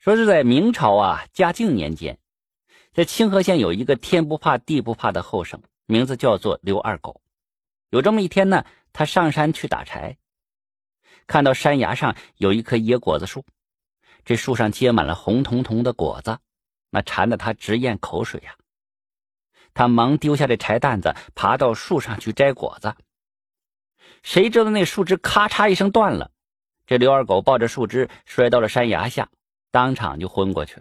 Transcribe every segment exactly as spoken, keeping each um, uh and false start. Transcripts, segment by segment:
说是在明朝啊嘉靖年间，在清河县有一个天不怕地不怕的后生，名字叫做刘二狗。有这么一天呢，他上山去打柴，看到山崖上有一棵野果子树，这树上结满了红彤彤的果子，那馋得他直咽口水呀、啊。他忙丢下这柴担子，爬到树上去摘果子。谁知道那树枝咔嚓一声断了，这刘二狗抱着树枝摔到了山崖下，当场就昏过去了。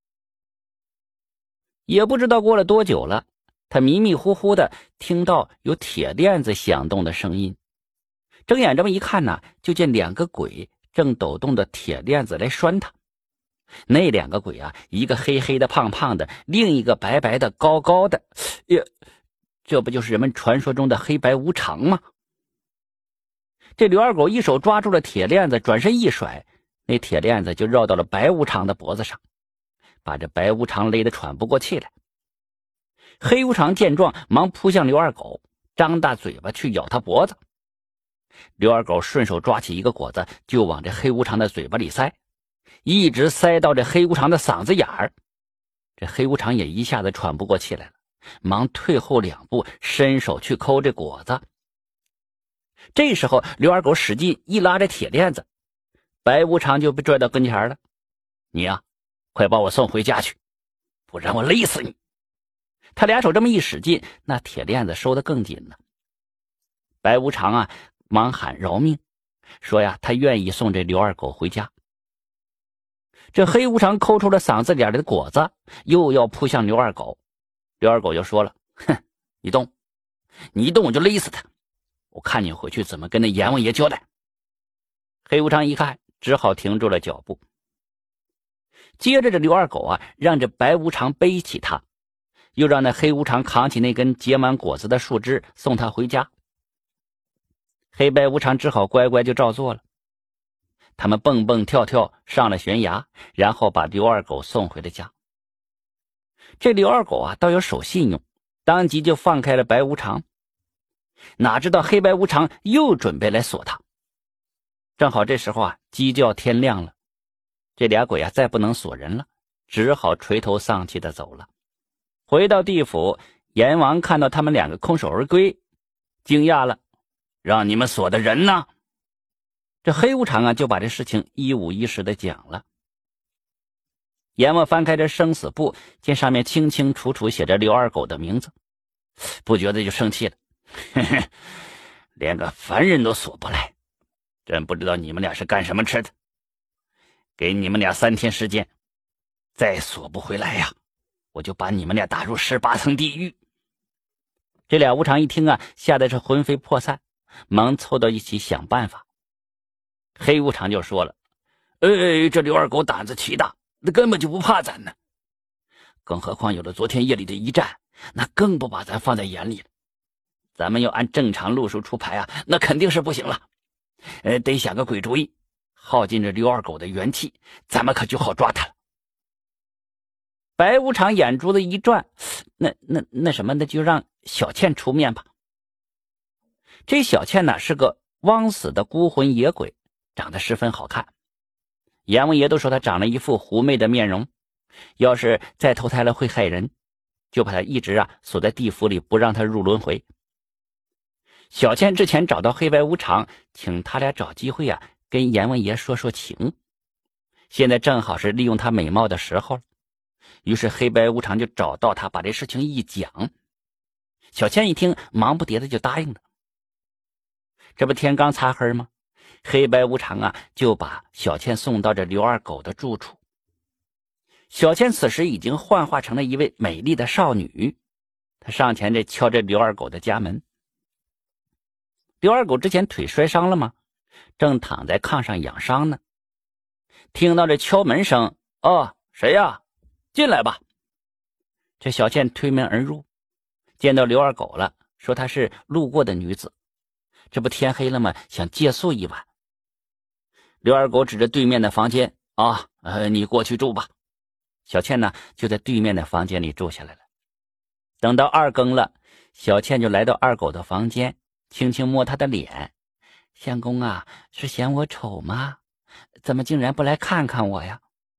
也不知道过了多久了，他迷迷糊糊的听到有铁链子响动的声音，睁眼这么一看呢，就见两个鬼正抖动着铁链子来拴他。那两个鬼啊，一个黑黑的胖胖的，另一个白白的高高的，呀，这不就是人们传说中的黑白无常吗？这刘二狗一手抓住了铁链子，转身一甩，那铁链子就绕到了白无常的脖子上，把这白无常勒得喘不过气来。黑无常见状，忙扑向刘二狗，张大嘴巴去咬他脖子。刘二狗顺手抓起一个果子，就往这黑无常的嘴巴里塞，一直塞到这黑无常的嗓子眼儿。这黑无常也一下子喘不过气来了，忙退后两步，伸手去抠这果子。这时候刘二狗使劲一拉这铁链子，白无常就被拽到跟前了。你呀、啊，快把我送回家去，不然我勒死你。他俩手这么一使劲，那铁链子收得更紧了。白无常啊忙喊饶命，说呀他愿意送这刘二狗回家。这黑无常抠出了嗓子眼里的果子，又要扑向刘二狗。刘二狗就说了，哼，你动，你一动我就勒死他，我看你回去怎么跟那阎王爷交代。黑无常一看，只好停住了脚步。接着这刘二狗啊让这白无常背起他，又让那黑无常扛起那根结满果子的树枝送他回家。黑白无常只好乖乖就照做了。他们蹦蹦跳跳上了悬崖，然后把刘二狗送回了家。这刘二狗啊倒有守信用，当即就放开了白无常。哪知道黑白无常又准备来锁他。正好这时候啊鸡叫天亮了，这俩鬼啊再不能锁人了，只好垂头丧气的走了。回到地府，阎王看到他们两个空手而归，惊讶了，让你们锁的人呢？这黑无常啊就把这事情一五一十的讲了。阎王翻开这生死簿，见上面清清楚楚写着刘二狗的名字，不觉得就生气了，嘿嘿，连个凡人都锁不来，真不知道你们俩是干什么吃的。给你们俩三天时间，再锁不回来呀，我就把你们俩打入十八层地狱。这俩无常一听啊，吓得是魂飞魄散，忙凑到一起想办法。黑无常就说了，哎，这刘二狗胆子奇大，那根本就不怕咱呢，更何况有了昨天夜里的一战，那更不把咱放在眼里了。咱们要按正常路数出牌啊，那肯定是不行了，呃，得想个鬼主意，耗尽这刘二狗的元气，咱们可就好抓他了。白无常眼珠子一转，那那那什么，那就让小倩出面吧。这小倩呢是个枉死的孤魂野鬼，长得十分好看，阎王爷都说她长了一副狐媚的面容，要是再投胎了会害人，就把她一直啊锁在地府里，不让她入轮回。小倩之前找到黑白无常，请他俩找机会啊跟阎王爷说说情，现在正好是利用她美貌的时候了。于是黑白无常就找到他，把这事情一讲。小倩一听，忙不迭的就答应了。这不天刚擦黑吗？黑白无常啊就把小倩送到这刘二狗的住处。小倩此时已经幻化成了一位美丽的少女，她上前这敲这刘二狗的家门。刘二狗之前腿摔伤了吗？正躺在炕上养伤呢。听到这敲门声，哦，谁呀？进来吧。这小倩推门而入，见到刘二狗了，说她是路过的女子，这不天黑了吗？想借宿一晚。刘二狗指着对面的房间，啊，呃，你过去住吧。小倩呢，就在对面的房间里住下来了。等到二更了，小倩就来到二狗的房间，轻轻摸他的脸，相公啊，是嫌我丑吗？怎么竟然不来看看我呀？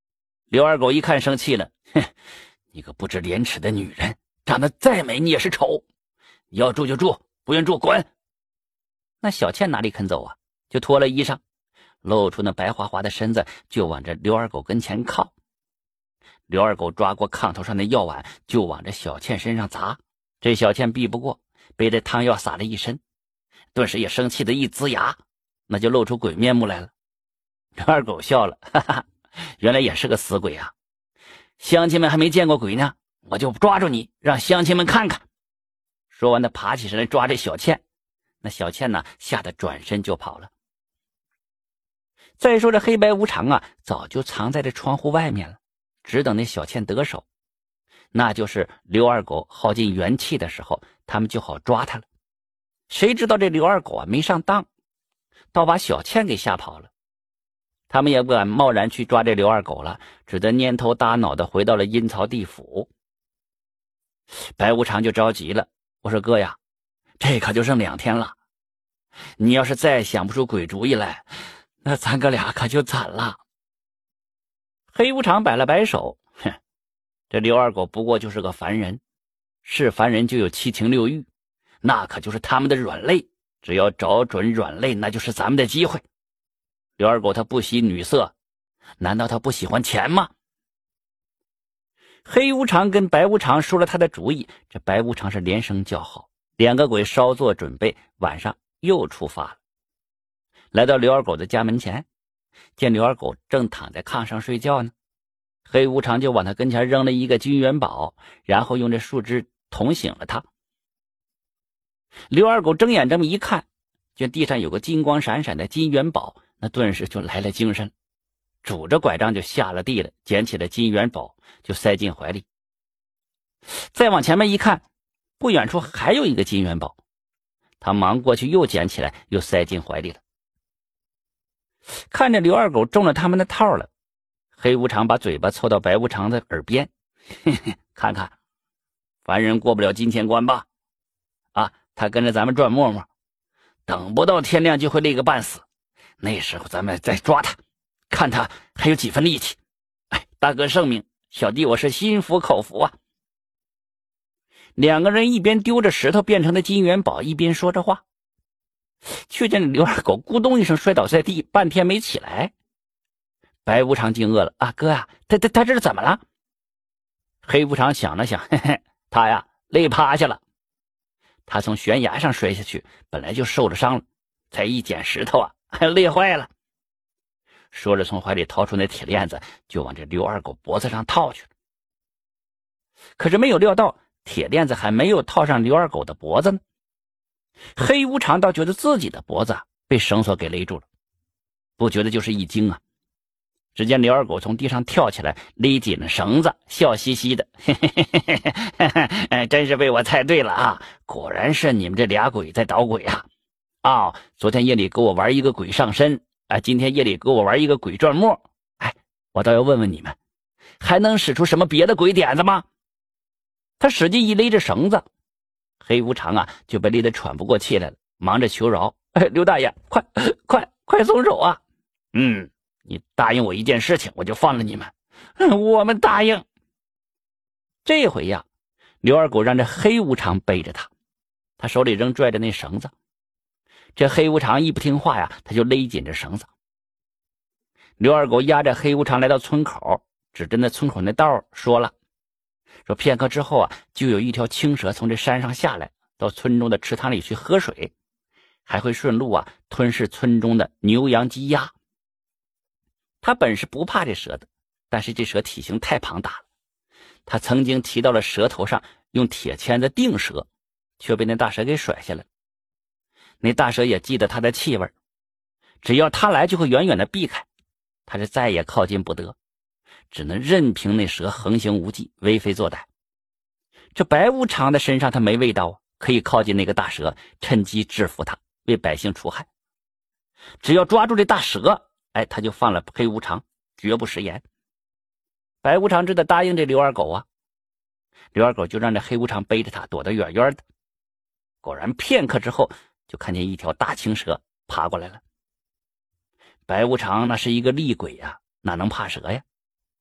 刘二狗一看生气了，哼，你个不知廉耻的女人，长得再美你也是丑，你要住就住，不愿住滚。那小倩哪里肯走啊，就脱了衣裳，露出那白花花的身子，就往这刘二狗跟前靠。刘二狗抓过炕头上的药碗，就往这小倩身上砸，这小倩避不过，被这汤药洒了一身，顿时也生气的一呲牙，那就露出鬼面目来了。刘二狗笑了，哈哈，原来也是个死鬼啊！乡亲们还没见过鬼呢，我就抓住你，让乡亲们看看。说完，他爬起身来抓这小倩，那小倩呢，吓得转身就跑了。再说这黑白无常啊，早就藏在这窗户外面了，只等那小倩得手，那就是刘二狗耗尽元气的时候，他们就好抓他了。谁知道这刘二狗啊没上当，倒把小倩给吓跑了。他们也不敢贸然去抓这刘二狗了，只得蔫头耷脑的回到了阴曹地府。白无常就着急了，我说哥呀，这可就剩两天了，你要是再想不出鬼主意来，那咱哥俩可就惨了。黑无常摆了摆手，哼，这刘二狗不过就是个凡人，是凡人就有七情六欲，那可就是他们的软肋，只要找准软肋，那就是咱们的机会。刘二狗他不喜女色，难道他不喜欢钱吗？黑无常跟白无常说了他的主意，这白无常是连声叫好，两个鬼稍作准备，晚上又出发了。来到刘二狗的家门前，见刘二狗正躺在炕上睡觉呢，黑无常就往他跟前扔了一个金元宝，然后用这树枝捅醒了他。刘二狗睁眼这么一看，见地上有个金光闪闪的金元宝，那顿时就来了精神，拄着拐杖就下了地了，捡起了金元宝就塞进怀里。再往前面一看，不远处还有一个金元宝，他忙过去又捡起来，又塞进怀里了。看着刘二狗中了他们的套了，黑无常把嘴巴凑到白无常的耳边，嘿嘿，看看凡人过不了金钱关吧？啊，他跟着咱们转磨磨，等不到天亮就会累个半死，那时候咱们再抓他，看他还有几分力气。哎，大哥圣明，小弟我是心服口服啊。两个人一边丢着石头变成的金元宝，一边说着话，却见刘二狗咕咚一声摔倒在地，半天没起来。白无常惊愕了，啊哥呀，他他他这是怎么了？黑无常想了想，嘿嘿，他呀累趴下了，他从悬崖上摔下去，本来就受了伤了，才一捡石头啊，还累坏了。说着从怀里掏出那铁链子，就往这刘二狗脖子上套去了。可是没有料到，铁链子还没有套上刘二狗的脖子呢，黑无常倒觉得自己的脖子被绳索给勒住了，不觉得就是一惊啊。只见刘二狗从地上跳起来，勒紧了绳子，笑嘻嘻的，嘿嘿嘿嘿嘿嘿，真是被我猜对了啊！果然是你们这俩鬼在捣鬼啊！啊、哦，昨天夜里给我玩一个鬼上身，啊，今天夜里给我玩一个鬼转磨。哎，我倒要问问你们，还能使出什么别的鬼点子吗？他使劲一勒着绳子，黑无常啊就被勒得喘不过气来了，忙着求饶：“哎，刘大爷，快快快松手啊！嗯。”你答应我一件事情，我就放了你们。我们答应。这回呀，刘二狗让这黑无常背着他，他手里仍拽着那绳子。这黑无常一不听话呀，他就勒紧着绳子。刘二狗压着黑无常来到村口，指着那村口那道说了：“说片刻之后啊，就有一条青蛇从这山上下来，到村中的池塘里去喝水，还会顺路啊吞噬村中的牛羊鸡鸭。”他本是不怕这蛇的，但是这蛇体型太庞大了，他曾经骑到了蛇头上，用铁签子钉蛇，却被那大蛇给甩下来。那大蛇也记得他的气味，只要他来就会远远的避开，他是再也靠近不得，只能任凭那蛇横行无忌，为非作歹。这白无常的身上他没味道啊，可以靠近那个大蛇，趁机制服他，为百姓除害。只要抓住这大蛇，哎，他就放了黑无常，绝不食言。白无常只得答应这刘二狗啊，刘二狗就让这黑无常背着他躲得远远的。果然片刻之后，就看见一条大青蛇爬过来了。白无常那是一个厉鬼呀、啊，哪能怕蛇呀？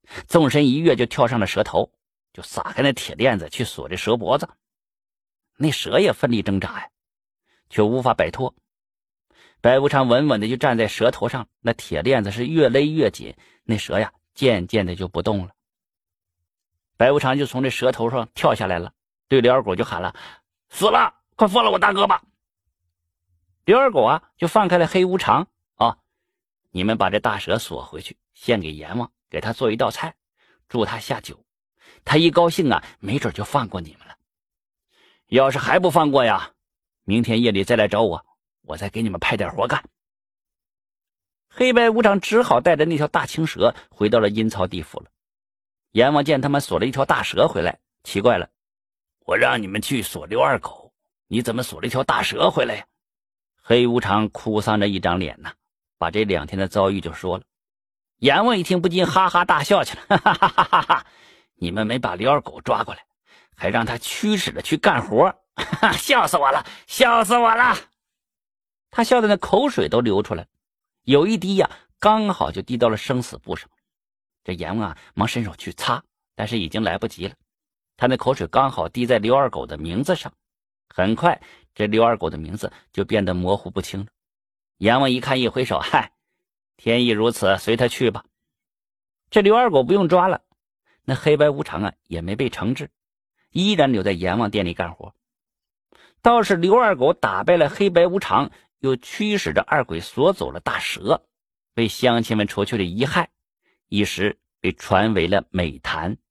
纵身一跃就跳上了蛇头，就撒开那铁链子去锁这蛇脖子。那蛇也奋力挣扎呀，却无法摆脱。白无常稳稳的就站在蛇头上，那铁链子是越勒越紧，那蛇呀渐渐的就不动了。白无常就从这蛇头上跳下来了，对刘二狗就喊了：死了，快放了我大哥吧！刘二狗啊就放开了黑无常啊，你们把这大蛇锁回去，献给阎王，给他做一道菜，祝他下酒，他一高兴啊，没准就放过你们了。要是还不放过呀，明天夜里再来找我，我再给你们派点活干。黑白无常只好带着那条大青蛇回到了阴曹地府了。阎王见他们锁了一条大蛇回来，奇怪了，我让你们去锁刘二狗，你怎么锁了一条大蛇回来呀？黑无常哭丧着一张脸呐，把这两天的遭遇就说了。阎王一听不禁哈哈大笑起来，哈哈哈哈哈！你们没把刘二狗抓过来，还让他驱使着去干活，哈哈，笑死我了，笑死我了！他笑的那口水都流出来，有一滴呀，刚好就滴到了生死簿上。这阎王啊，忙伸手去擦，但是已经来不及了。他那口水刚好滴在刘二狗的名字上，很快，这刘二狗的名字就变得模糊不清了。阎王一看，一挥手，嗨，天意如此，随他去吧。这刘二狗不用抓了，那黑白无常啊，也没被惩治，依然留在阎王店里干活。倒是刘二狗打败了黑白无常，又驱使着二鬼锁走了大蛇，为乡亲们除去了遗害，一时被传为了美谈。